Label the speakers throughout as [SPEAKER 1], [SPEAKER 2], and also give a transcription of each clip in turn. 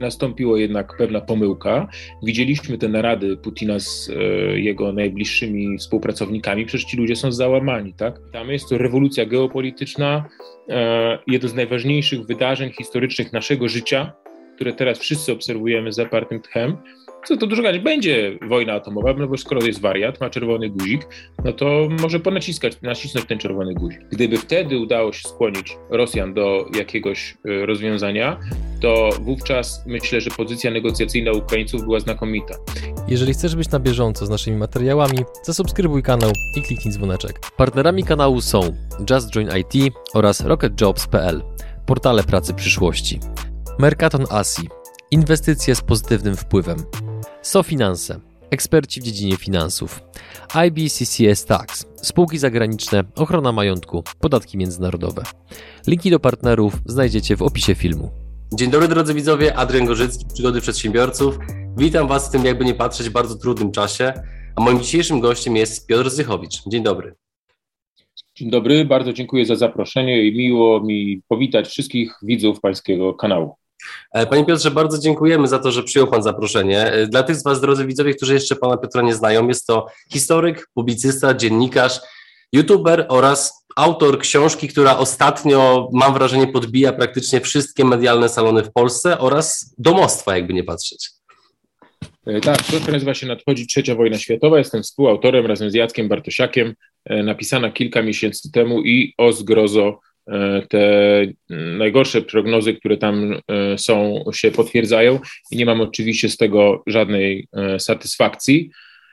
[SPEAKER 1] Nastąpiła jednak pewna pomyłka. Widzieliśmy te narady Putina z jego najbliższymi współpracownikami, przecież ci ludzie są załamani, tak? Tam jest to rewolucja geopolityczna, jedno z najważniejszych wydarzeń historycznych naszego życia, które teraz wszyscy obserwujemy z zapartym tchem. Co to dużo gadać, będzie wojna atomowa, no bo skoro jest wariat, ma czerwony guzik, no to może nacisnąć ten czerwony guzik. Gdyby wtedy udało się skłonić Rosjan do jakiegoś rozwiązania, to wówczas myślę, że pozycja negocjacyjna Ukraińców była znakomita.
[SPEAKER 2] Jeżeli chcesz być na bieżąco z naszymi materiałami, zasubskrybuj kanał i kliknij dzwoneczek. Partnerami kanału są Just Join IT oraz rocketjobs.pl, portale pracy przyszłości. Mercaton Asi, inwestycje z pozytywnym wpływem. SoFinanse, eksperci w dziedzinie finansów. IBCCS Tax, spółki zagraniczne, ochrona majątku, podatki międzynarodowe. Linki do partnerów znajdziecie w opisie filmu.
[SPEAKER 3] Dzień dobry drodzy widzowie, Adrian Gorzycki, Przygody Przedsiębiorców. Witam Was w tym, jakby nie patrzeć, bardzo trudnym czasie. A moim dzisiejszym gościem jest Piotr Zychowicz. Dzień dobry.
[SPEAKER 1] Dzień dobry, bardzo dziękuję za zaproszenie i miło mi powitać wszystkich widzów pańskiego kanału.
[SPEAKER 3] Panie Piotrze, bardzo dziękujemy za to, że przyjął Pan zaproszenie. Dla tych z Was, drodzy widzowie, którzy jeszcze Pana Piotra nie znają, jest to historyk, publicysta, dziennikarz, youtuber oraz autor książki, która ostatnio, mam wrażenie, podbija praktycznie wszystkie medialne salony w Polsce oraz domostwa, jakby nie patrzeć.
[SPEAKER 1] Tak, książka nazywa się Nadchodzi trzecia wojna światowa. Jestem współautorem razem z Jackiem Bartosiakiem, napisana kilka miesięcy temu i o zgrozo te najgorsze prognozy, które tam są, się potwierdzają i nie mam oczywiście z tego żadnej satysfakcji.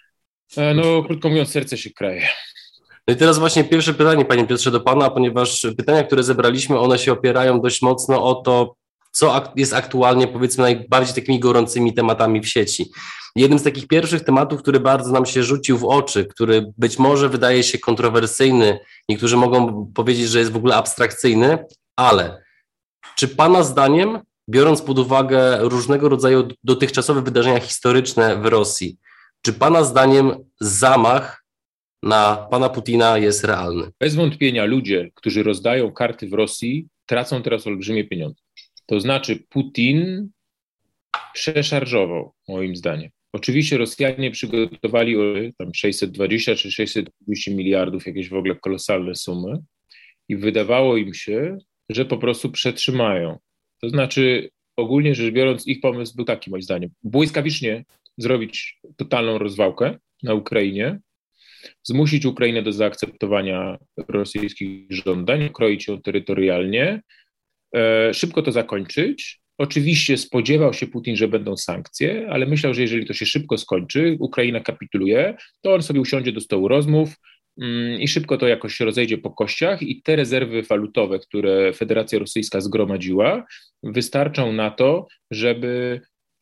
[SPEAKER 1] No, krótko mówiąc, serce się kraje.
[SPEAKER 3] No i teraz właśnie pierwsze pytanie, Panie Piotrze, do Pana, ponieważ pytania, które zebraliśmy, one się opierają dość mocno o to, co jest aktualnie, powiedzmy, najbardziej takimi gorącymi tematami w sieci. Jednym z takich pierwszych tematów, który bardzo nam się rzucił w oczy, który być może wydaje się kontrowersyjny, niektórzy mogą powiedzieć, że jest w ogóle abstrakcyjny, ale czy Pana zdaniem, biorąc pod uwagę różnego rodzaju dotychczasowe wydarzenia historyczne w Rosji, czy Pana zdaniem zamach na Pana Putina jest realny?
[SPEAKER 1] Bez wątpienia ludzie, którzy rozdają karty w Rosji, tracą teraz olbrzymie pieniądze. To znaczy Putin przeszarżował, moim zdaniem. Oczywiście Rosjanie przygotowali tam 620 czy 630 miliardów, jakieś w ogóle kolosalne sumy i wydawało im się, że po prostu przetrzymają. To znaczy ogólnie rzecz biorąc ich pomysł był taki, moim zdaniem, błyskawicznie zrobić totalną rozwałkę na Ukrainie, zmusić Ukrainę do zaakceptowania rosyjskich żądań, kroić ją terytorialnie, szybko to zakończyć. Oczywiście spodziewał się Putin, że będą sankcje, ale myślał, że jeżeli to się szybko skończy, Ukraina kapituluje, to on sobie usiądzie do stołu rozmów i szybko to jakoś się rozejdzie po kościach i te rezerwy walutowe, które Federacja Rosyjska zgromadziła, wystarczą na to, żeby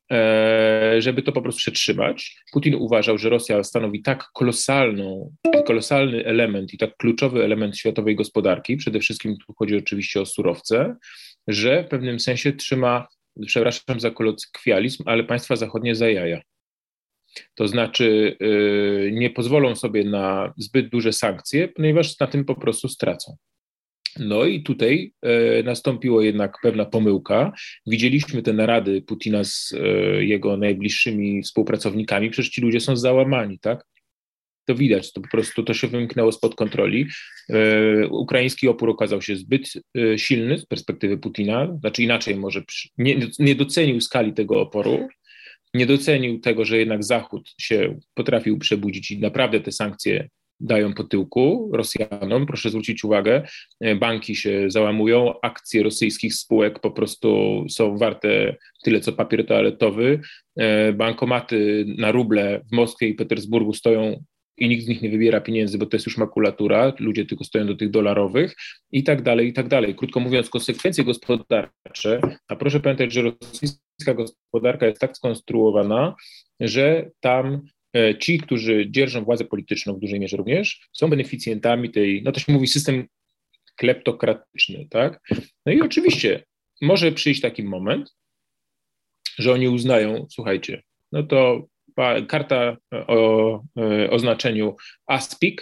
[SPEAKER 1] to po prostu przetrzymać. Putin uważał, że Rosja stanowi tak kolosalny element i tak kluczowy element światowej gospodarki, przede wszystkim tu chodzi oczywiście o surowce, że w pewnym sensie trzyma, przepraszam za kolokwializm, ale państwa zachodnie za jaja. To znaczy nie pozwolą sobie na zbyt duże sankcje, ponieważ na tym po prostu stracą. No i tutaj nastąpiła jednak pewna pomyłka. Widzieliśmy te narady Putina z jego najbliższymi współpracownikami, przecież ci ludzie są załamani, tak? To widać, to po prostu to się wymknęło spod kontroli. Ukraiński opór okazał się zbyt silny z perspektywy Putina, znaczy inaczej może nie docenił skali tego oporu, nie docenił tego, że jednak Zachód się potrafił przebudzić i naprawdę te sankcje dają po tyłku Rosjanom. Proszę zwrócić uwagę, banki się załamują, akcje rosyjskich spółek po prostu są warte tyle, co papier toaletowy. Bankomaty na ruble w Moskwie i Petersburgu stoją i nikt z nich nie wybiera pieniędzy, bo to jest już makulatura, ludzie tylko stoją do tych dolarowych i tak dalej, i tak dalej. Krótko mówiąc, konsekwencje gospodarcze, a proszę pamiętać, że rosyjska gospodarka jest tak skonstruowana, że tam ci, którzy dzierżą władzę polityczną w dużej mierze również, są beneficjentami tej, no to się mówi system kleptokratyczny, tak? No i oczywiście może przyjść taki moment, że oni uznają, słuchajcie, no to karta o oznaczeniu ASPIC,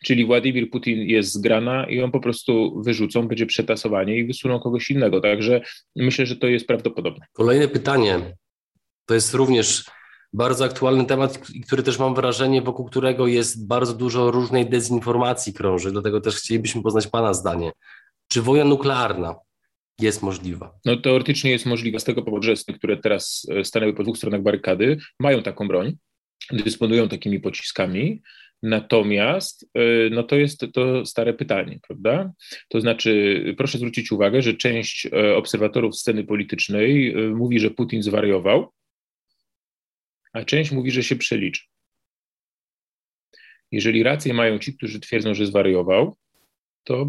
[SPEAKER 1] Czyli Władimir Putin jest zgrana i on po prostu wyrzucą, będzie przetasowanie i wysuną kogoś innego. Także myślę, że to jest prawdopodobne.
[SPEAKER 3] Kolejne pytanie. To jest również bardzo aktualny temat, który też mam wrażenie, wokół którego jest bardzo dużo różnej dezinformacji krąży. Dlatego też chcielibyśmy poznać Pana zdanie. Czy wojna nuklearna jest możliwa?
[SPEAKER 1] No teoretycznie jest możliwa z tego powodu, że Stany, które teraz stanęły po dwóch stronach barykady, mają taką broń, dysponują takimi pociskami. Natomiast no to jest to stare pytanie, prawda? To znaczy, proszę zwrócić uwagę, że część obserwatorów sceny politycznej mówi, że Putin zwariował, a część mówi, że się przeliczy. Jeżeli rację mają ci, którzy twierdzą, że zwariował, to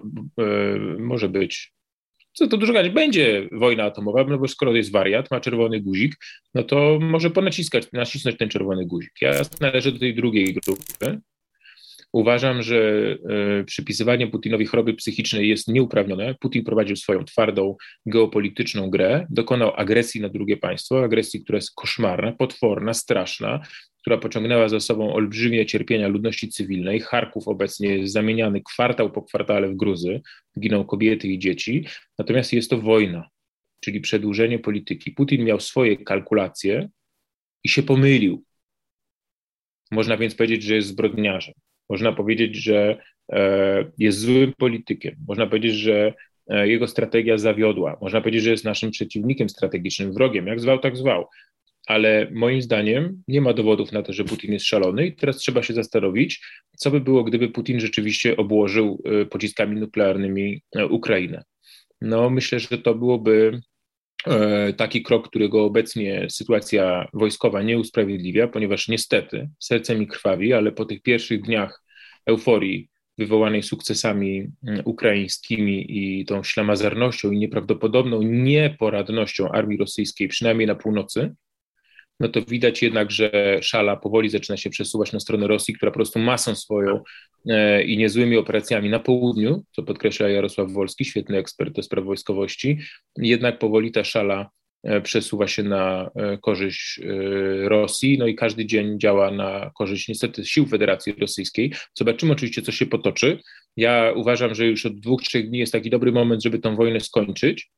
[SPEAKER 1] może być, co to dużo gadać, będzie wojna atomowa, no bo skoro jest wariat, ma czerwony guzik, no to może nacisnąć ten czerwony guzik. Ja należę do tej drugiej grupy. Uważam, że przypisywanie Putinowi choroby psychicznej jest nieuprawnione. Putin prowadził swoją twardą geopolityczną grę, dokonał agresji na drugie państwo, agresji, która jest koszmarna, potworna, straszna, która pociągnęła za sobą olbrzymie cierpienia ludności cywilnej. Charków obecnie jest zamieniany kwartał po kwartale w gruzy, giną kobiety i dzieci, natomiast jest to wojna, czyli przedłużenie polityki. Putin miał swoje kalkulacje i się pomylił. Można więc powiedzieć, że jest zbrodniarzem. Można powiedzieć, że jest złym politykiem. Można powiedzieć, że jego strategia zawiodła. Można powiedzieć, że jest naszym przeciwnikiem strategicznym, wrogiem. Jak zwał, tak zwał. Ale moim zdaniem nie ma dowodów na to, że Putin jest szalony i teraz trzeba się zastanowić, co by było, gdyby Putin rzeczywiście obłożył pociskami nuklearnymi Ukrainę. No myślę, że to byłoby taki krok, którego obecnie sytuacja wojskowa nie usprawiedliwia, ponieważ niestety serce mi krwawi, ale po tych pierwszych dniach euforii wywołanej sukcesami ukraińskimi i tą ślamazarnością i nieprawdopodobną nieporadnością armii rosyjskiej, przynajmniej na północy, no to widać jednak, że szala powoli zaczyna się przesuwać na stronę Rosji, która po prostu masą swoją i niezłymi operacjami na południu, co podkreśla Jarosław Wolski, świetny ekspert do spraw wojskowości, jednak powoli ta szala przesuwa się na korzyść Rosji, no i każdy dzień działa na korzyść niestety sił Federacji Rosyjskiej. Zobaczymy oczywiście, co się potoczy. Ja uważam, że już od 2-3 dni jest taki dobry moment, żeby tę wojnę skończyć,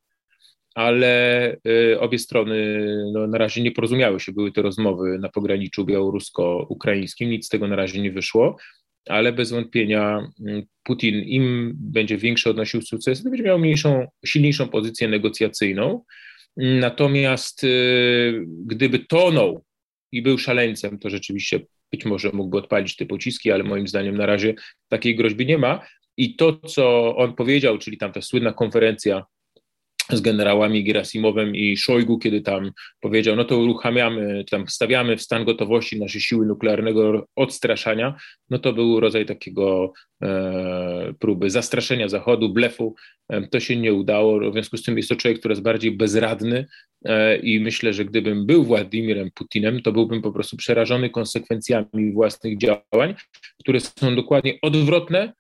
[SPEAKER 1] ale obie strony no, na razie nie porozumiały się. Były to rozmowy na pograniczu białorusko-ukraińskim, nic z tego na razie nie wyszło, ale bez wątpienia Putin im będzie większy odnosił sukces, to będzie miał silniejszą pozycję negocjacyjną. Natomiast gdyby tonął i był szaleńcem, to rzeczywiście być może mógłby odpalić te pociski, ale moim zdaniem na razie takiej groźby nie ma. I to, co on powiedział, czyli tam ta słynna konferencja z generałami Gerasimowem i Szojgu, kiedy tam powiedział, no to uruchamiamy, tam stawiamy w stan gotowości nasze siły nuklearnego odstraszania, no to był rodzaj takiego próby zastraszenia Zachodu, blefu. To się nie udało, w związku z tym jest to człowiek, który jest bardziej bezradny i myślę, że gdybym był Władimirem Putinem, to byłbym po prostu przerażony konsekwencjami własnych działań, które są dokładnie odwrotne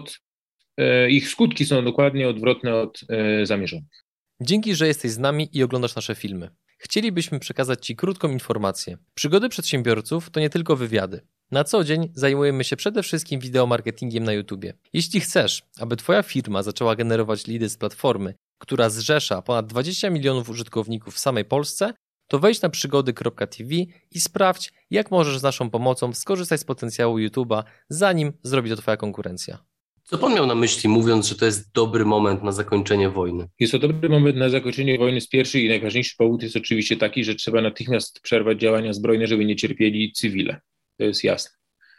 [SPEAKER 1] ich skutki są dokładnie odwrotne od zamierzonych.
[SPEAKER 2] Dzięki, że jesteś z nami i oglądasz nasze filmy. Chcielibyśmy przekazać Ci krótką informację. Przygody przedsiębiorców to nie tylko wywiady. Na co dzień zajmujemy się przede wszystkim wideomarketingiem na YouTubie. Jeśli chcesz, aby Twoja firma zaczęła generować lidy z platformy, która zrzesza ponad 20 milionów użytkowników w samej Polsce, to wejdź na przygody.tv i sprawdź, jak możesz z naszą pomocą skorzystać z potencjału YouTube'a, zanim zrobi to Twoja konkurencja.
[SPEAKER 3] Co pan miał na myśli, mówiąc, że to jest dobry moment na zakończenie wojny?
[SPEAKER 1] Jest to dobry moment na zakończenie wojny z pierwszy i najważniejszy powód jest oczywiście taki, że trzeba natychmiast przerwać działania zbrojne, żeby nie cierpieli cywile. To jest jasne.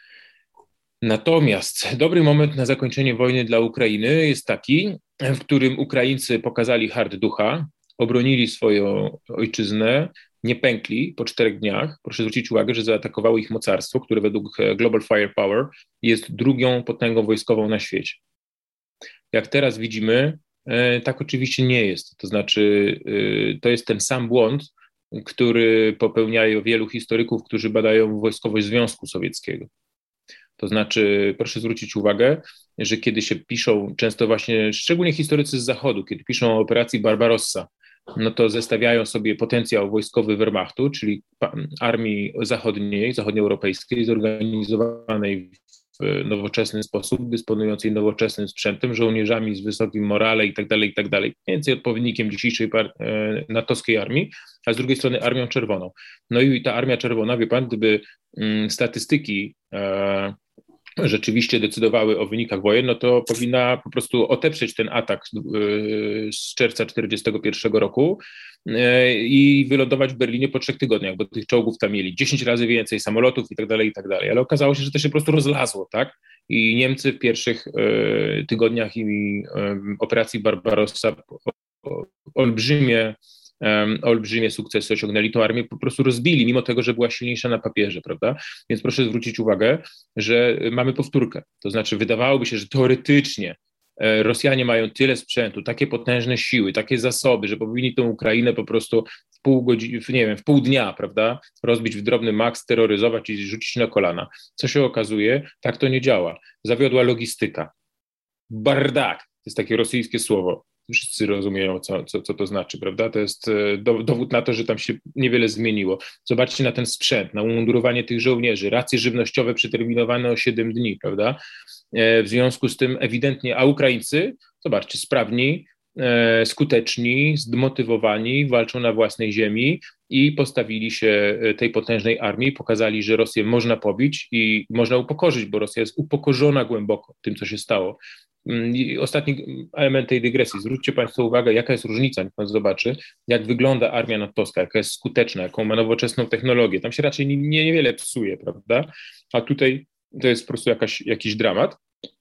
[SPEAKER 1] Natomiast dobry moment na zakończenie wojny dla Ukrainy jest taki, w którym Ukraińcy pokazali hart ducha, obronili swoją ojczyznę, nie pękli po 4 dniach. Proszę zwrócić uwagę, że zaatakowało ich mocarstwo, które według Global Firepower jest drugą potęgą wojskową na świecie. Jak teraz widzimy, tak oczywiście nie jest. To znaczy, to jest ten sam błąd, który popełniają wielu historyków, którzy badają wojskowość Związku Sowieckiego. To znaczy, proszę zwrócić uwagę, że kiedy się piszą, często właśnie, szczególnie historycy z Zachodu, kiedy piszą o operacji Barbarossa, no to zestawiają sobie potencjał wojskowy Wehrmachtu, czyli armii zachodniej, zachodnioeuropejskiej, zorganizowanej w w nowoczesny sposób, dysponującej nowoczesnym sprzętem, żołnierzami z wysokim morale i tak dalej, mniej więcej odpowiednikiem dzisiejszej natowskiej armii, a z drugiej strony Armią Czerwoną. No i ta Armia Czerwona, wie pan, gdyby statystyki rzeczywiście decydowały o wynikach wojen, no to powinna po prostu oteprzeć ten atak z czerwca 1941 roku i wylądować w Berlinie po 3 tygodniach, bo tych czołgów tam mieli 10 razy więcej, samolotów i tak dalej, ale okazało się, że to się po prostu rozlazło, tak? I Niemcy w pierwszych tygodniach operacji Barbarossa olbrzymie sukcesy osiągnęli, tą armię po prostu rozbili, mimo tego, że była silniejsza na papierze, prawda? Więc proszę zwrócić uwagę, że mamy powtórkę. To znaczy wydawałoby się, że teoretycznie Rosjanie mają tyle sprzętu, takie potężne siły, takie zasoby, że powinni tę Ukrainę po prostu w pół godziny, nie wiem, w pół dnia, prawda, rozbić w drobny mak, steroryzować i rzucić na kolana. Co się okazuje? Tak to nie działa. Zawiodła logistyka. Bardak, to jest takie rosyjskie słowo. Wszyscy rozumieją, co to znaczy, prawda? To jest dowód na to, że tam się niewiele zmieniło. Zobaczcie na ten sprzęt, na umundurowanie tych żołnierzy, racje żywnościowe przeterminowane o 7 dni, prawda? W związku z tym ewidentnie, a Ukraińcy, zobaczcie, sprawni, skuteczni, zmotywowani, walczą na własnej ziemi i postawili się tej potężnej armii, pokazali, że Rosję można pobić i można upokorzyć, bo Rosja jest upokorzona głęboko tym, co się stało. I ostatni element tej dygresji. Zwróćcie Państwo uwagę, jaka jest różnica, niech Pan zobaczy, jak wygląda armia natowska, jaka jest skuteczna, jaką ma nowoczesną technologię. Tam się raczej niewiele psuje, prawda? A tutaj to jest po prostu jakiś dramat.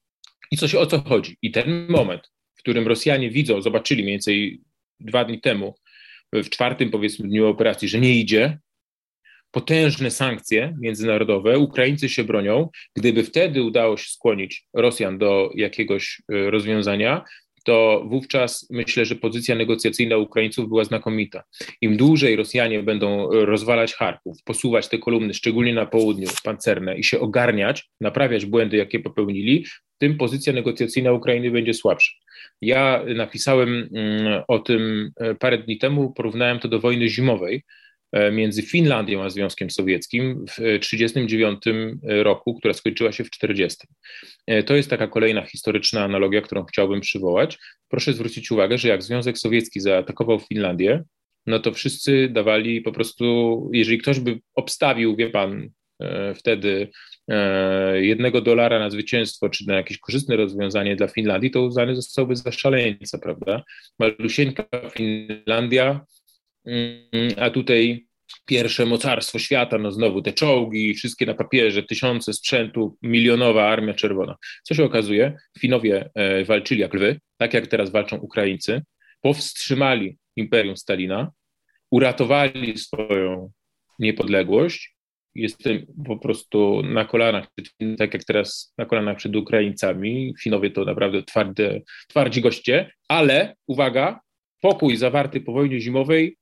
[SPEAKER 1] I o co chodzi? I ten moment, w którym Rosjanie zobaczyli mniej więcej 2 dni temu, w 4. powiedzmy dniu operacji, że nie idzie, potężne sankcje międzynarodowe, Ukraińcy się bronią. Gdyby wtedy udało się skłonić Rosjan do jakiegoś rozwiązania, to wówczas myślę, że pozycja negocjacyjna Ukraińców była znakomita. Im dłużej Rosjanie będą rozwalać Charków, posuwać te kolumny, szczególnie na południu, pancerne i się ogarniać, naprawiać błędy, jakie popełnili, tym pozycja negocjacyjna Ukrainy będzie słabsza. Ja napisałem o tym parę dni temu, porównałem to do wojny zimowej między Finlandią a Związkiem Sowieckim w 1939 roku, która skończyła się w 1940. To jest taka kolejna historyczna analogia, którą chciałbym przywołać. Proszę zwrócić uwagę, że jak Związek Sowiecki zaatakował Finlandię, no to wszyscy dawali po prostu, jeżeli ktoś by obstawił, wie pan, wtedy $1 na zwycięstwo, czy na jakieś korzystne rozwiązanie dla Finlandii, to uznany zostałby za szaleńca, prawda? Malusieńka Finlandia, a tutaj pierwsze mocarstwo świata, no znowu te czołgi, wszystkie na papierze, tysiące sprzętu, milionowa Armia Czerwona. Co się okazuje? Finowie walczyli jak lwy, tak jak teraz walczą Ukraińcy, powstrzymali Imperium Stalina, uratowali swoją niepodległość. Jestem po prostu na kolanach, tak jak teraz na kolanach przed Ukraińcami. Finowie to naprawdę twardzi goście, ale uwaga, pokój zawarty po wojnie zimowej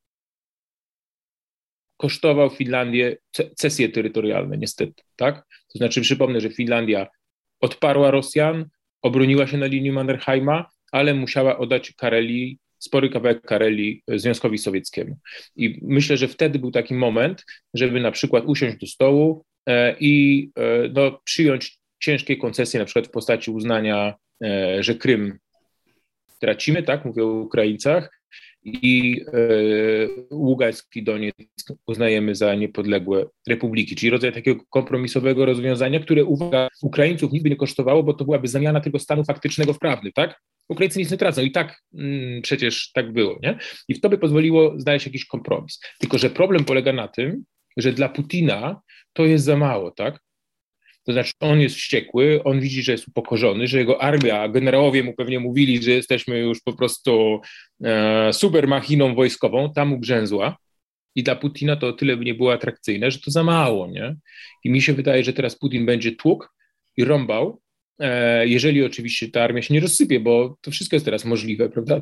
[SPEAKER 1] kosztował Finlandię cesje terytorialne, niestety, tak? To znaczy, przypomnę, że Finlandia odparła Rosjan, obroniła się na linii Mannerheima, ale musiała oddać Karelii, spory kawałek Karelii Związkowi Sowieckiemu. I myślę, że wtedy był taki moment, żeby na przykład usiąść do stołu i przyjąć ciężkie koncesje, na przykład w postaci uznania, że Krym tracimy, tak, mówię o Ukraińcach, i Ługańsk i Donieck uznajemy za niepodległe republiki, czyli rodzaj takiego kompromisowego rozwiązania, które, uwaga, Ukraińców nic by nie kosztowało, bo to byłaby zamiana tego stanu faktycznego w prawny, tak? Ukraińcy nic nie tracą i tak przecież tak było, nie? I to by pozwoliło znaleźć jakiś kompromis. Tylko że problem polega na tym, że dla Putina to jest za mało, tak? To znaczy on jest wściekły, on widzi, że jest upokorzony, że jego armia, generałowie mu pewnie mówili, że jesteśmy już po prostu super machiną wojskową, tam ugrzęzła i dla Putina to o tyle by nie było atrakcyjne, że to za mało, nie? I mi się wydaje, że teraz Putin będzie tłukł i rąbał, jeżeli oczywiście ta armia się nie rozsypie, bo to wszystko jest teraz możliwe, prawda?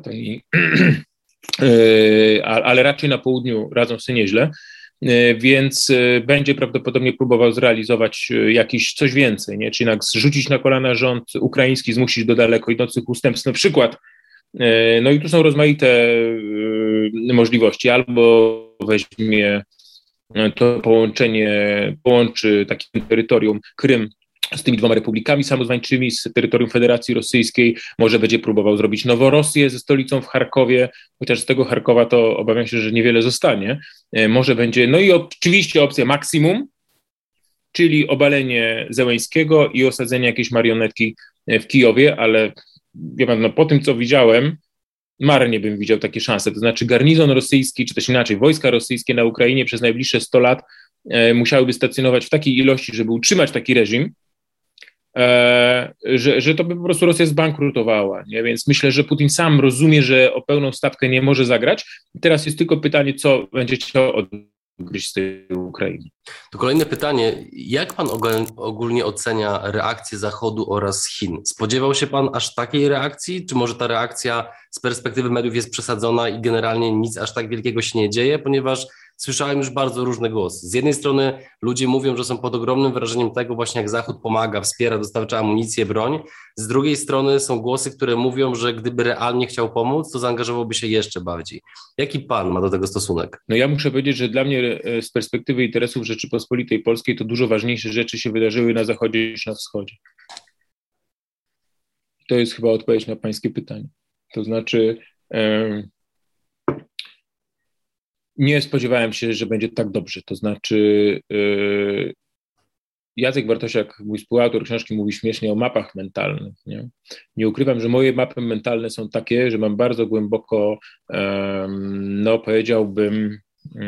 [SPEAKER 1] Ale raczej na południu radzą sobie nieźle. Więc będzie prawdopodobnie próbował zrealizować coś więcej, nie? Czyli jednak zrzucić na kolana rząd ukraiński, zmusić do daleko idących ustępstw, na przykład, no i tu są rozmaite możliwości, albo weźmie to połączy takim terytorium Krym z tymi dwoma republikami samozwańczymi z terytorium Federacji Rosyjskiej, może będzie próbował zrobić Noworosję ze stolicą w Charkowie, chociaż z tego Charkowa to obawiam się, że niewiele zostanie. Może będzie, no i oczywiście opcja maksimum, czyli obalenie Zełenskiego i osadzenie jakiejś marionetki w Kijowie, ale wie pan, no, po tym, co widziałem, marnie bym widział takie szanse. To znaczy garnizon rosyjski, czy też inaczej, wojska rosyjskie na Ukrainie przez najbliższe 100 lat musiałyby stacjonować w takiej ilości, żeby utrzymać taki reżim, że to by po prostu Rosja zbankrutowała. Nie? Więc myślę, że Putin sam rozumie, że o pełną stawkę nie może zagrać. I teraz jest tylko pytanie, co będzie chciał odgryźć z tej Ukrainy.
[SPEAKER 3] To kolejne pytanie. Jak pan ogólnie ocenia reakcję Zachodu oraz Chin? Spodziewał się pan aż takiej reakcji? Czy może ta reakcja z perspektywy mediów jest przesadzona i generalnie nic aż tak wielkiego się nie dzieje? Ponieważ słyszałem już bardzo różne głosy. Z jednej strony ludzie mówią, że są pod ogromnym wrażeniem tego właśnie, jak Zachód pomaga, wspiera, dostarcza amunicję, broń. Z drugiej strony są głosy, które mówią, że gdyby realnie chciał pomóc, to zaangażowałby się jeszcze bardziej. Jaki pan ma do tego stosunek?
[SPEAKER 1] No ja muszę powiedzieć, że dla mnie z perspektywy interesów Rzeczypospolitej Polskiej to dużo ważniejsze rzeczy się wydarzyły na Zachodzie niż na Wschodzie. To jest chyba odpowiedź na pańskie pytanie. To znaczy nie spodziewałem się, że będzie tak dobrze. To znaczy Jacek Bartosiak, mój współautor książki, mówi śmiesznie o mapach mentalnych. Nie ukrywam, że moje mapy mentalne są takie, że mam bardzo głęboko, no powiedziałbym,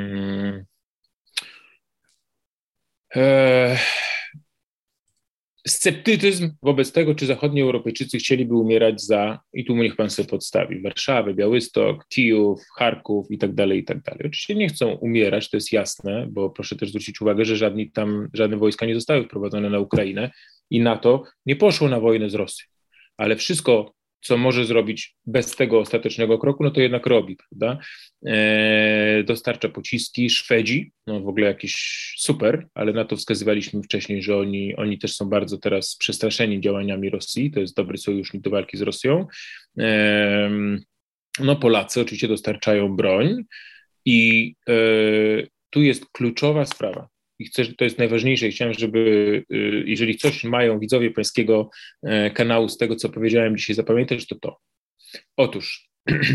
[SPEAKER 1] sceptycyzm wobec tego, czy zachodni Europejczycy chcieliby umierać za, i tu niech pan sobie podstawi, Warszawę, Białystok, Kijów, Charków i tak dalej, i tak dalej. Oczywiście nie chcą umierać, to jest jasne, bo proszę też zwrócić uwagę, że żadne wojska nie zostały wprowadzone na Ukrainę i NATO nie poszło na wojnę z Rosją. Ale wszystko, co może zrobić bez tego ostatecznego kroku, no to jednak robi, prawda? Dostarcza pociski, Szwedzi, no w ogóle jakiś super, ale na to wskazywaliśmy wcześniej, że oni też są bardzo teraz przestraszeni działaniami Rosji, to jest dobry sojusznik do walki z Rosją. No Polacy oczywiście dostarczają broń i tu jest kluczowa sprawa. I chcę, to jest najważniejsze i chciałem, żeby, jeżeli coś mają widzowie pańskiego kanału z tego, co powiedziałem dzisiaj, zapamiętać, to to. Otóż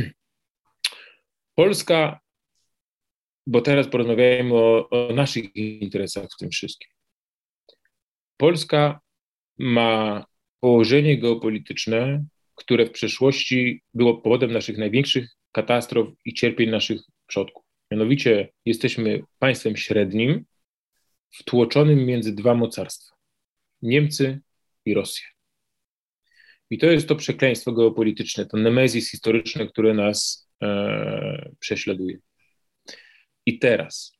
[SPEAKER 1] Polska, bo teraz porozmawiajmy o naszych interesach w tym wszystkim. Polska ma położenie geopolityczne, które w przeszłości było powodem naszych największych katastrof i cierpień naszych przodków. Mianowicie jesteśmy państwem średnim, wtłoczonym między dwa mocarstwa, Niemcy i Rosję. I to jest to przekleństwo geopolityczne, to nemezis historyczne, które nas prześladuje. I teraz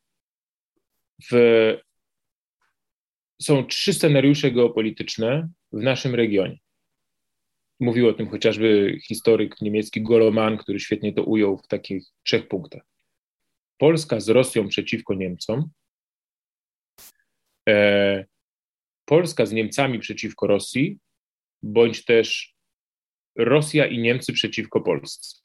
[SPEAKER 1] są 3 scenariusze geopolityczne w naszym regionie. Mówił o tym chociażby historyk niemiecki Goloman, który świetnie to ujął w takich 3 punktach. Polska z Rosją przeciwko Niemcom, Polska z Niemcami przeciwko Rosji, bądź też Rosja i Niemcy przeciwko Polsce.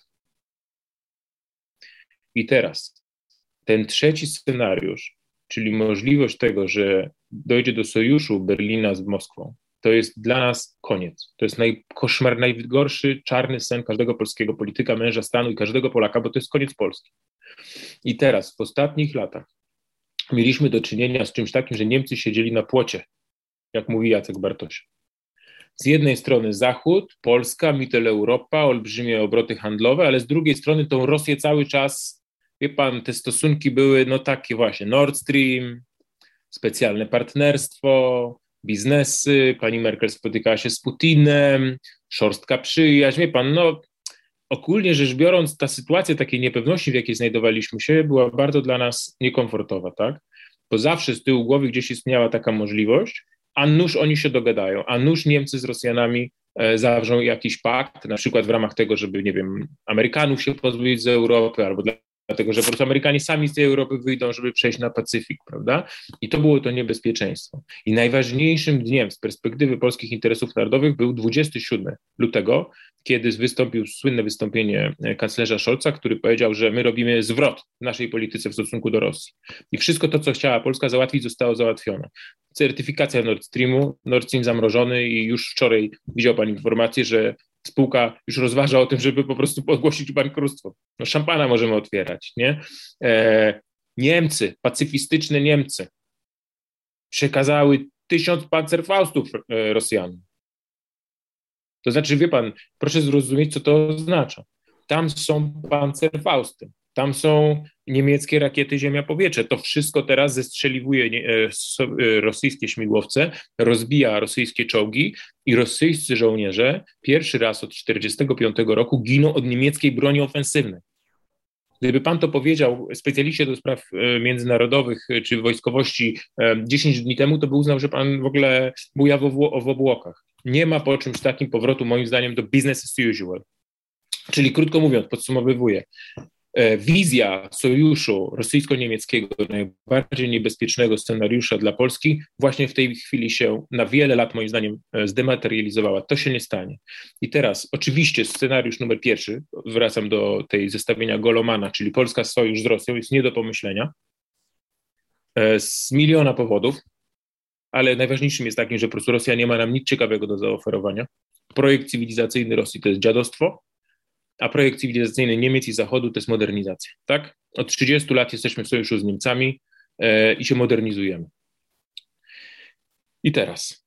[SPEAKER 1] I teraz ten 3. scenariusz, czyli możliwość tego, że dojdzie do sojuszu Berlina z Moskwą, to jest dla nas koniec. To jest najgorszy, czarny sen każdego polskiego polityka, męża stanu i każdego Polaka, bo to jest koniec Polski. I teraz w ostatnich latach mieliśmy do czynienia z czymś takim, że Niemcy siedzieli na płocie, jak mówi Jacek Bartosiak. Z jednej strony Zachód, Polska, Mitteleuropa, olbrzymie obroty handlowe, ale z drugiej strony tą Rosję cały czas, wie pan, te stosunki były no takie właśnie, Nord Stream, specjalne partnerstwo, biznesy, pani Merkel spotykała się z Putinem, szorstka przyjaźń, wie pan, no ogólnie rzecz biorąc, ta sytuacja takiej niepewności, w jakiej znajdowaliśmy się, była bardzo dla nas niekomfortowa, tak? Bo zawsze z tyłu głowy gdzieś istniała taka możliwość, a nuż oni się dogadają, a nuż Niemcy z Rosjanami zawrzą jakiś pakt, na przykład w ramach tego, żeby, nie wiem, Amerykanów się pozbyć z Europy, albo dlatego, że po prostu Amerykanie sami z tej Europy wyjdą, żeby przejść na Pacyfik, prawda? I to było to niebezpieczeństwo. I najważniejszym dniem z perspektywy polskich interesów narodowych był 27 lutego, kiedy wystąpił słynne wystąpienie kanclerza Scholza, który powiedział, że my robimy zwrot w naszej polityce w stosunku do Rosji. I wszystko to, co chciała Polska załatwić, zostało załatwione. certyfikacja Nord Streamu, Nord Stream zamrożony i już wczoraj widział pan informację, że spółka już rozważa o tym, żeby po prostu ogłosić bankructwo. No szampana możemy otwierać, nie? Niemcy, pacyfistyczne Niemcy przekazały 1000 Panzerfaustów Rosjanom. To znaczy, wie pan, proszę zrozumieć, co to oznacza. Tam są Panzerfausty, tam są niemieckie rakiety ziemia-powietrze. To wszystko teraz zestrzeliwuje rosyjskie śmigłowce, rozbija rosyjskie czołgi i rosyjscy żołnierze pierwszy raz od 1945 roku giną od niemieckiej broni ofensywnej. Gdyby pan to powiedział specjaliście do spraw międzynarodowych czy wojskowości 10 dni temu, to by uznał, że pan w ogóle buja w obłokach. Nie ma po czymś takim powrotu, moim zdaniem, do business as usual. Czyli krótko mówiąc, podsumowywuję, wizja sojuszu rosyjsko-niemieckiego, najbardziej niebezpiecznego scenariusza dla Polski, właśnie w tej chwili się na wiele lat, moim zdaniem, zdematerializowała. To się nie stanie. I teraz oczywiście scenariusz numer 1, wracam do tej zestawienia Golomana, czyli Polska sojusz z Rosją, jest nie do pomyślenia z miliona powodów, ale najważniejszym jest takim, że po prostu Rosja nie ma nam nic ciekawego do zaoferowania. Projekt cywilizacyjny Rosji to jest dziadostwo, a projekt cywilizacyjny Niemiec i Zachodu to jest modernizacja, tak? Od 30 lat jesteśmy w sojuszu z Niemcami i się modernizujemy. I teraz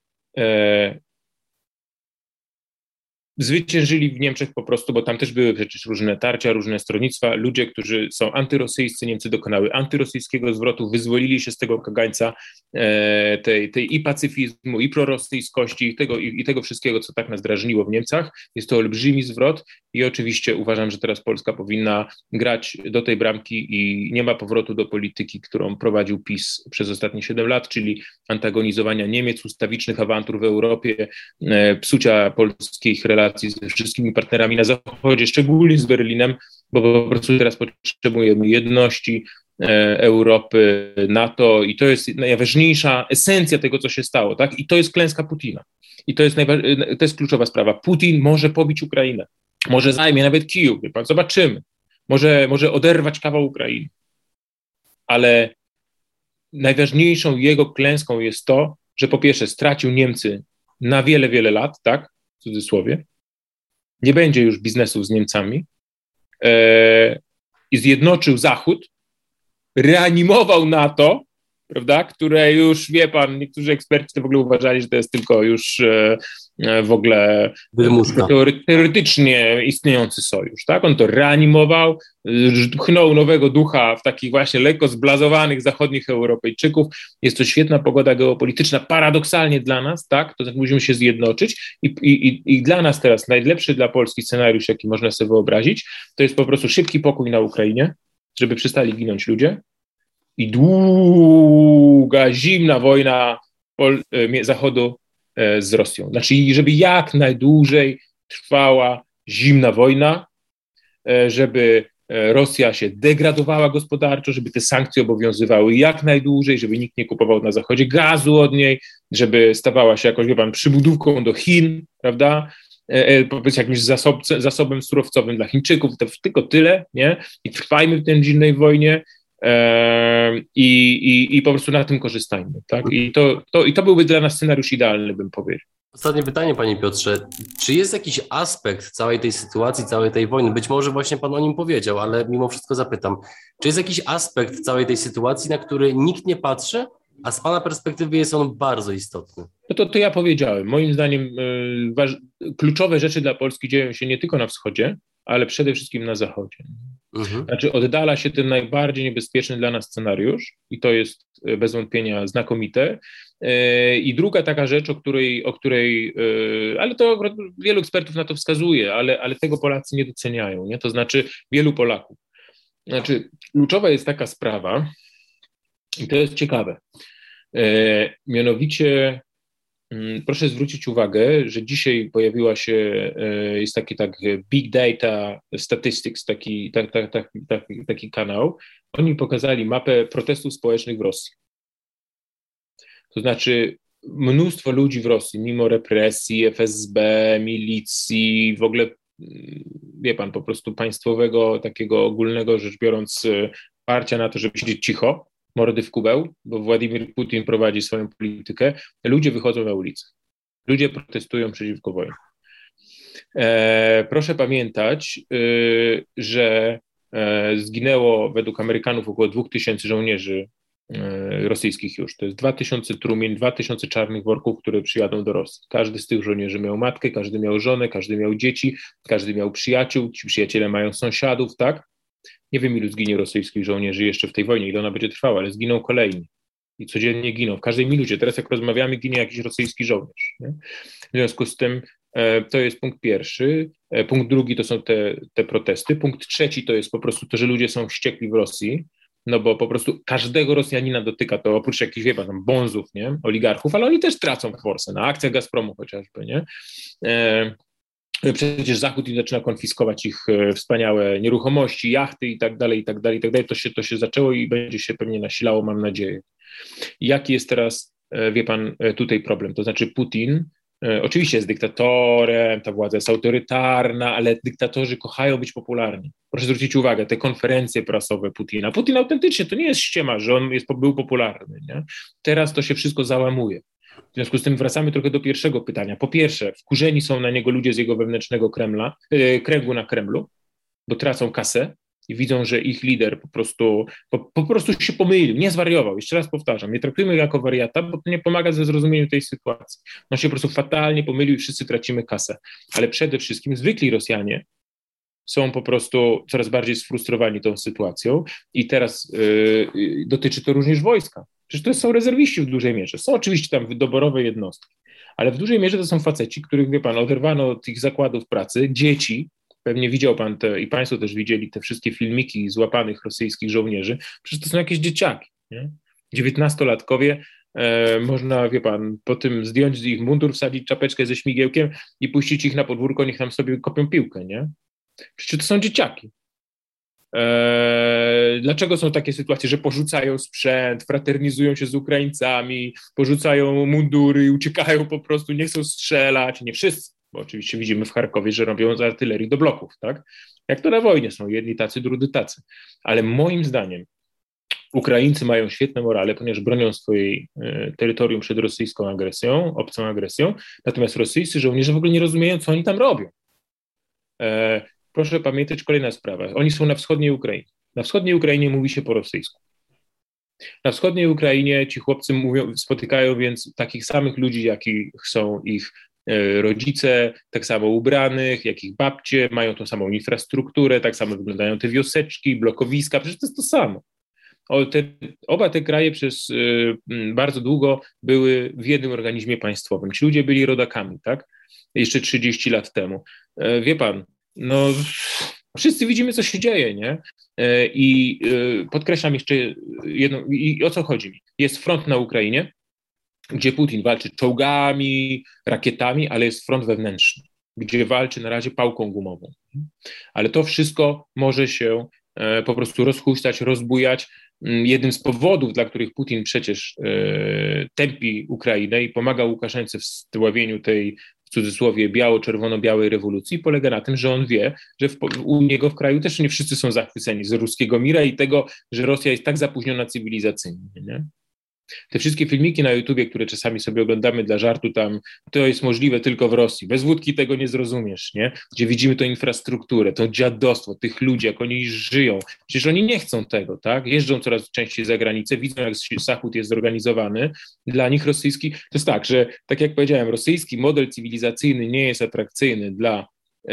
[SPEAKER 1] zwyciężyli w Niemczech po prostu, bo tam też były przecież różne tarcia, różne stronnictwa, ludzie, którzy są antyrosyjscy, Niemcy dokonały antyrosyjskiego zwrotu, wyzwolili się z tego kagańca tej i pacyfizmu, i prorosyjskości, i tego wszystkiego, co tak nas drażniło w Niemcach. Jest to olbrzymi zwrot i oczywiście uważam, że teraz Polska powinna grać do tej bramki i nie ma powrotu do polityki, którą prowadził PiS przez ostatnie 7 lat, czyli antagonizowania Niemiec, ustawicznych awantur w Europie, psucia polskich relacji ze wszystkimi partnerami na Zachodzie, szczególnie z Berlinem, bo po prostu teraz potrzebujemy jedności Europy, NATO i to jest najważniejsza esencja tego, co się stało, tak? I to jest klęska Putina. I to jest kluczowa sprawa. Putin może pobić Ukrainę, może zajmie nawet Kijów, wie pan, zobaczymy. Może oderwać kawał Ukrainy. Ale najważniejszą jego klęską jest to, że po pierwsze stracił Niemcy na wiele, wiele lat, tak? W cudzysłowie. Nie będzie już biznesu z Niemcami i zjednoczył Zachód, reanimował NATO, prawda, które już, wie pan, niektórzy eksperci to w ogóle uważali, że to jest tylko już w ogóle teoretycznie istniejący sojusz, tak? On to reanimował, pchnął nowego ducha w takich właśnie lekko zblazowanych zachodnich Europejczyków. Jest to świetna pogoda geopolityczna, paradoksalnie dla nas, tak? To znaczy musimy się zjednoczyć i dla nas teraz najlepszy dla Polski scenariusz, jaki można sobie wyobrazić, to jest po prostu szybki pokój na Ukrainie, żeby przestali ginąć ludzie i długa, zimna wojna Zachodu z Rosją. Znaczy, żeby jak najdłużej trwała zimna wojna, żeby Rosja się degradowała gospodarczo, żeby te sankcje obowiązywały jak najdłużej, żeby nikt nie kupował na Zachodzie gazu od niej, żeby stawała się jakoś, wie pan, przybudówką do Chin, prawda? Jakimś zasobem surowcowym dla Chińczyków, to tylko tyle, nie? I trwajmy w tej zimnej wojnie. I po prostu na tym korzystajmy, tak? I to byłby dla nas scenariusz idealny, bym powiedział.
[SPEAKER 3] Ostatnie pytanie, panie Piotrze. Czy jest jakiś aspekt całej tej sytuacji, całej tej wojny, być może właśnie pan o nim powiedział, ale mimo wszystko zapytam, czy jest jakiś aspekt całej tej sytuacji, na który nikt nie patrzy, a z pana perspektywy jest on bardzo istotny?
[SPEAKER 1] No to ja powiedziałem. Moim zdaniem kluczowe rzeczy dla Polski dzieją się nie tylko na wschodzie, ale przede wszystkim na zachodzie. Znaczy oddala się ten najbardziej niebezpieczny dla nas scenariusz i to jest bez wątpienia znakomite. I druga taka rzecz, o której ale to wielu ekspertów na to wskazuje, ale tego Polacy nie doceniają, nie? To znaczy wielu Polaków. Znaczy kluczowa jest taka sprawa i to jest ciekawe. Mianowicie proszę zwrócić uwagę, że dzisiaj pojawiła się, jest taki Big Data Statistics, taki kanał. Oni pokazali mapę protestów społecznych w Rosji. To znaczy mnóstwo ludzi w Rosji, mimo represji, FSB, milicji, w ogóle, wie pan, po prostu państwowego, takiego ogólnego rzecz biorąc, parcia na to, żeby siedzieć cicho, mordy w kubeł, bo Władimir Putin prowadzi swoją politykę, ludzie wychodzą na ulicę. Ludzie protestują przeciwko wojnie. Proszę pamiętać, że zginęło według Amerykanów około 2000 żołnierzy rosyjskich już. To jest 2000 trumien, 2000 czarnych worków, które przyjadą do Rosji. Każdy z tych żołnierzy miał matkę, każdy miał żonę, każdy miał dzieci, każdy miał przyjaciół, ci przyjaciele mają sąsiadów, tak? Nie wiem, ilu zginie rosyjskich żołnierzy jeszcze w tej wojnie, ile ona będzie trwała, ale zginą kolejni. I codziennie giną. W każdej minucie. Teraz jak rozmawiamy, ginie jakiś rosyjski żołnierz. Nie? W związku z tym to jest punkt pierwszy. Punkt drugi to są te protesty. Punkt trzeci to jest po prostu to, że ludzie są wściekli w Rosji, no bo po prostu każdego Rosjanina dotyka to, oprócz jakichś, wie pan, tam bonzów, nie? Oligarchów, ale oni też tracą forsę, na akcjach Gazpromu chociażby, nie? Przecież Zachód im zaczyna konfiskować ich wspaniałe nieruchomości, jachty i tak dalej, i tak dalej, i tak dalej. To się zaczęło i będzie się pewnie nasilało, mam nadzieję. I jaki jest teraz, wie pan, tutaj problem? To znaczy Putin oczywiście jest dyktatorem, ta władza jest autorytarna, ale dyktatorzy kochają być popularni. Proszę zwrócić uwagę, te konferencje prasowe Putina. Putin autentycznie, to nie jest ściema, że on był popularny. Nie? Teraz to się wszystko załamuje. W związku z tym wracamy trochę do pierwszego pytania. Po pierwsze, wkurzeni są na niego ludzie z jego wewnętrznego kręgu na Kremlu, bo tracą kasę i widzą, że ich lider po prostu się pomylił, nie zwariował. Jeszcze raz powtarzam, nie traktujmy go jako wariata, bo to nie pomaga ze zrozumieniu tej sytuacji. On się po prostu fatalnie pomylił i wszyscy tracimy kasę. Ale przede wszystkim zwykli Rosjanie są po prostu coraz bardziej sfrustrowani tą sytuacją i teraz dotyczy to również wojska. Przecież to są rezerwiści w dużej mierze. Są oczywiście tam doborowe jednostki, ale w dużej mierze to są faceci, których, wie pan, oderwano od tych zakładów pracy, dzieci. Pewnie widział pan i państwo też widzieli te wszystkie filmiki złapanych rosyjskich żołnierzy. Przecież to są jakieś dzieciaki, nie? 19-latkowie, można, wie pan, po tym zdjąć z ich mundur, wsadzić czapeczkę ze śmigiełkiem i puścić ich na podwórko, niech tam sobie kopią piłkę, nie? Przecież to są dzieciaki. Dlaczego są takie sytuacje, że porzucają sprzęt, fraternizują się z Ukraińcami, porzucają mundury, uciekają po prostu, nie chcą strzelać, nie wszyscy, bo oczywiście widzimy w Charkowie, że robią z artylerii do bloków, tak? Jak to na wojnie są, jedni tacy, drudzy tacy. Ale moim zdaniem Ukraińcy mają świetne morale, ponieważ bronią swojej terytorium przed rosyjską agresją, obcą agresją, natomiast rosyjscy żołnierze w ogóle nie rozumieją, co oni tam robią. Proszę pamiętać, kolejna sprawa. Oni są na wschodniej Ukrainie. Na wschodniej Ukrainie mówi się po rosyjsku. Na wschodniej Ukrainie ci chłopcy spotykają więc takich samych ludzi, jakich są ich rodzice, tak samo ubranych, jak ich babcie, mają tą samą infrastrukturę, tak samo wyglądają te wioseczki, blokowiska, przecież to jest to samo. Oba te kraje przez bardzo długo były w jednym organizmie państwowym. Ci ludzie byli rodakami, tak? Jeszcze 30 lat temu. Wie pan, no wszyscy widzimy, co się dzieje, nie? I podkreślam jeszcze jedno, i o co chodzi mi. Jest front na Ukrainie, gdzie Putin walczy czołgami, rakietami, ale jest front wewnętrzny, gdzie walczy na razie pałką gumową. Ale to wszystko może się po prostu rozhuśtać, rozbujać. Jednym z powodów, dla których Putin przecież tępi Ukrainę i pomaga Łukaszence w stławieniu tej, w cudzysłowie, biało-czerwono-białej rewolucji, polega na tym, że on wie, że u niego w kraju też nie wszyscy są zachwyceni z ruskiego mira i tego, że Rosja jest tak zapóźniona cywilizacyjnie, nie? Te wszystkie filmiki na YouTubie, które czasami sobie oglądamy dla żartu, tam to jest możliwe tylko w Rosji. Bez wódki tego nie zrozumiesz, nie? Gdzie widzimy tą infrastrukturę, to dziadostwo, tych ludzi, jak oni żyją. Przecież oni nie chcą tego, tak? Jeżdżą coraz częściej za granicę, widzą, jak Zachód jest zorganizowany. Dla nich rosyjski, to jest tak, że tak jak powiedziałem, rosyjski model cywilizacyjny nie jest atrakcyjny dla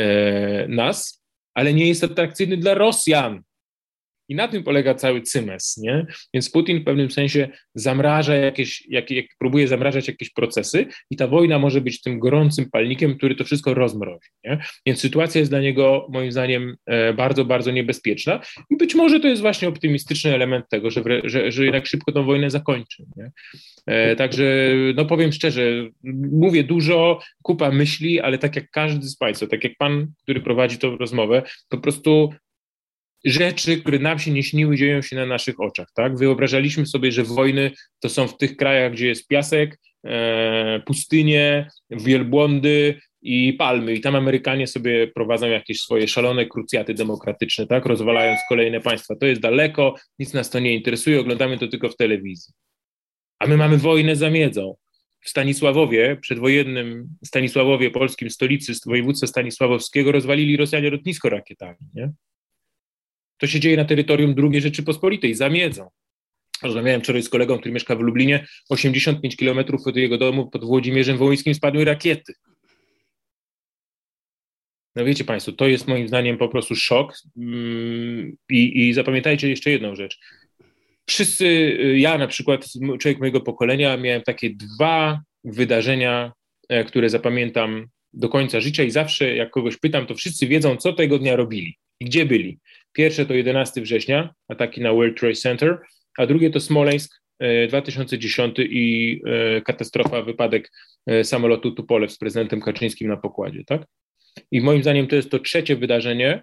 [SPEAKER 1] nas, ale nie jest atrakcyjny dla Rosjan. I na tym polega cały cymes, nie? Więc Putin w pewnym sensie zamraża próbuje zamrażać jakieś procesy i ta wojna może być tym gorącym palnikiem, który to wszystko rozmrozi, nie? Więc sytuacja jest dla niego, moim zdaniem, bardzo, bardzo niebezpieczna i być może to jest właśnie optymistyczny element tego, że jednak szybko tą wojnę zakończy, nie? Także, no powiem szczerze, mówię dużo, kupa myśli, ale tak jak każdy z państwa, tak jak pan, który prowadzi tę rozmowę, po prostu rzeczy, które nam się nie śniły, dzieją się na naszych oczach, tak? Wyobrażaliśmy sobie, że wojny to są w tych krajach, gdzie jest piasek, pustynie, wielbłądy, i palmy i tam Amerykanie sobie prowadzą jakieś swoje szalone krucjaty demokratyczne, tak, rozwalając kolejne państwa. To jest daleko, nic nas to nie interesuje, oglądamy to tylko w telewizji. A my mamy wojnę za miedzą. W Stanisławowie, przedwojennym Stanisławowie polskim, stolicy województwa stanisławowskiego, rozwalili Rosjanie lotnisko rakietami, nie? To się dzieje na terytorium II Rzeczypospolitej, za miedzą. Rozmawiałem wczoraj z kolegą, który mieszka w Lublinie, 85 kilometrów od jego domu pod Włodzimierzem Wołyńskim spadły rakiety. No wiecie Państwo, to jest moim zdaniem po prostu szok i zapamiętajcie jeszcze jedną rzecz. Wszyscy, ja na przykład, człowiek mojego pokolenia, miałem takie 2 wydarzenia, które zapamiętam do końca życia i zawsze jak kogoś pytam, to wszyscy wiedzą, co tego dnia robili i gdzie byli. Pierwsze to 11 września, ataki na World Trade Center, a drugie to Smoleńsk 2010 i katastrofa, wypadek samolotu Tupolew z prezydentem Kaczyńskim na pokładzie, tak? I moim zdaniem to jest to trzecie wydarzenie,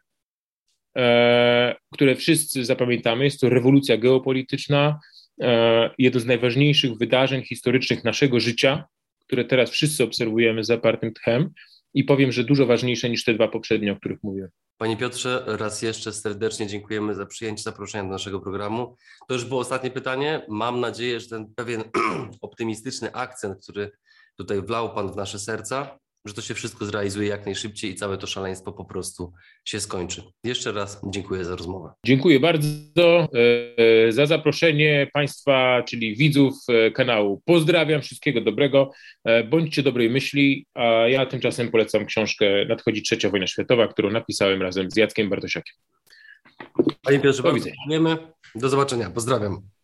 [SPEAKER 1] które wszyscy zapamiętamy. Jest to rewolucja geopolityczna, jedno z najważniejszych wydarzeń historycznych naszego życia, które teraz wszyscy obserwujemy z zapartym tchem i powiem, że dużo ważniejsze niż te 2 poprzednie, o których mówiłem.
[SPEAKER 3] Panie Piotrze, raz jeszcze serdecznie dziękujemy za przyjęcie zaproszenia do naszego programu. To już było ostatnie pytanie. Mam nadzieję, że ten pewien optymistyczny akcent, który tutaj wlał Pan w nasze serca, że to się wszystko zrealizuje jak najszybciej i całe to szaleństwo po prostu się skończy. Jeszcze raz dziękuję za rozmowę.
[SPEAKER 1] Dziękuję bardzo za zaproszenie Państwa, czyli widzów kanału. Pozdrawiam, wszystkiego dobrego, bądźcie dobrej myśli, a ja tymczasem polecam książkę Nadchodzi trzecia wojna światowa, którą napisałem razem z Jackiem Bartosiakiem.
[SPEAKER 3] Panie Piotrze, bardzo dziękujemy. Do zobaczenia. Pozdrawiam.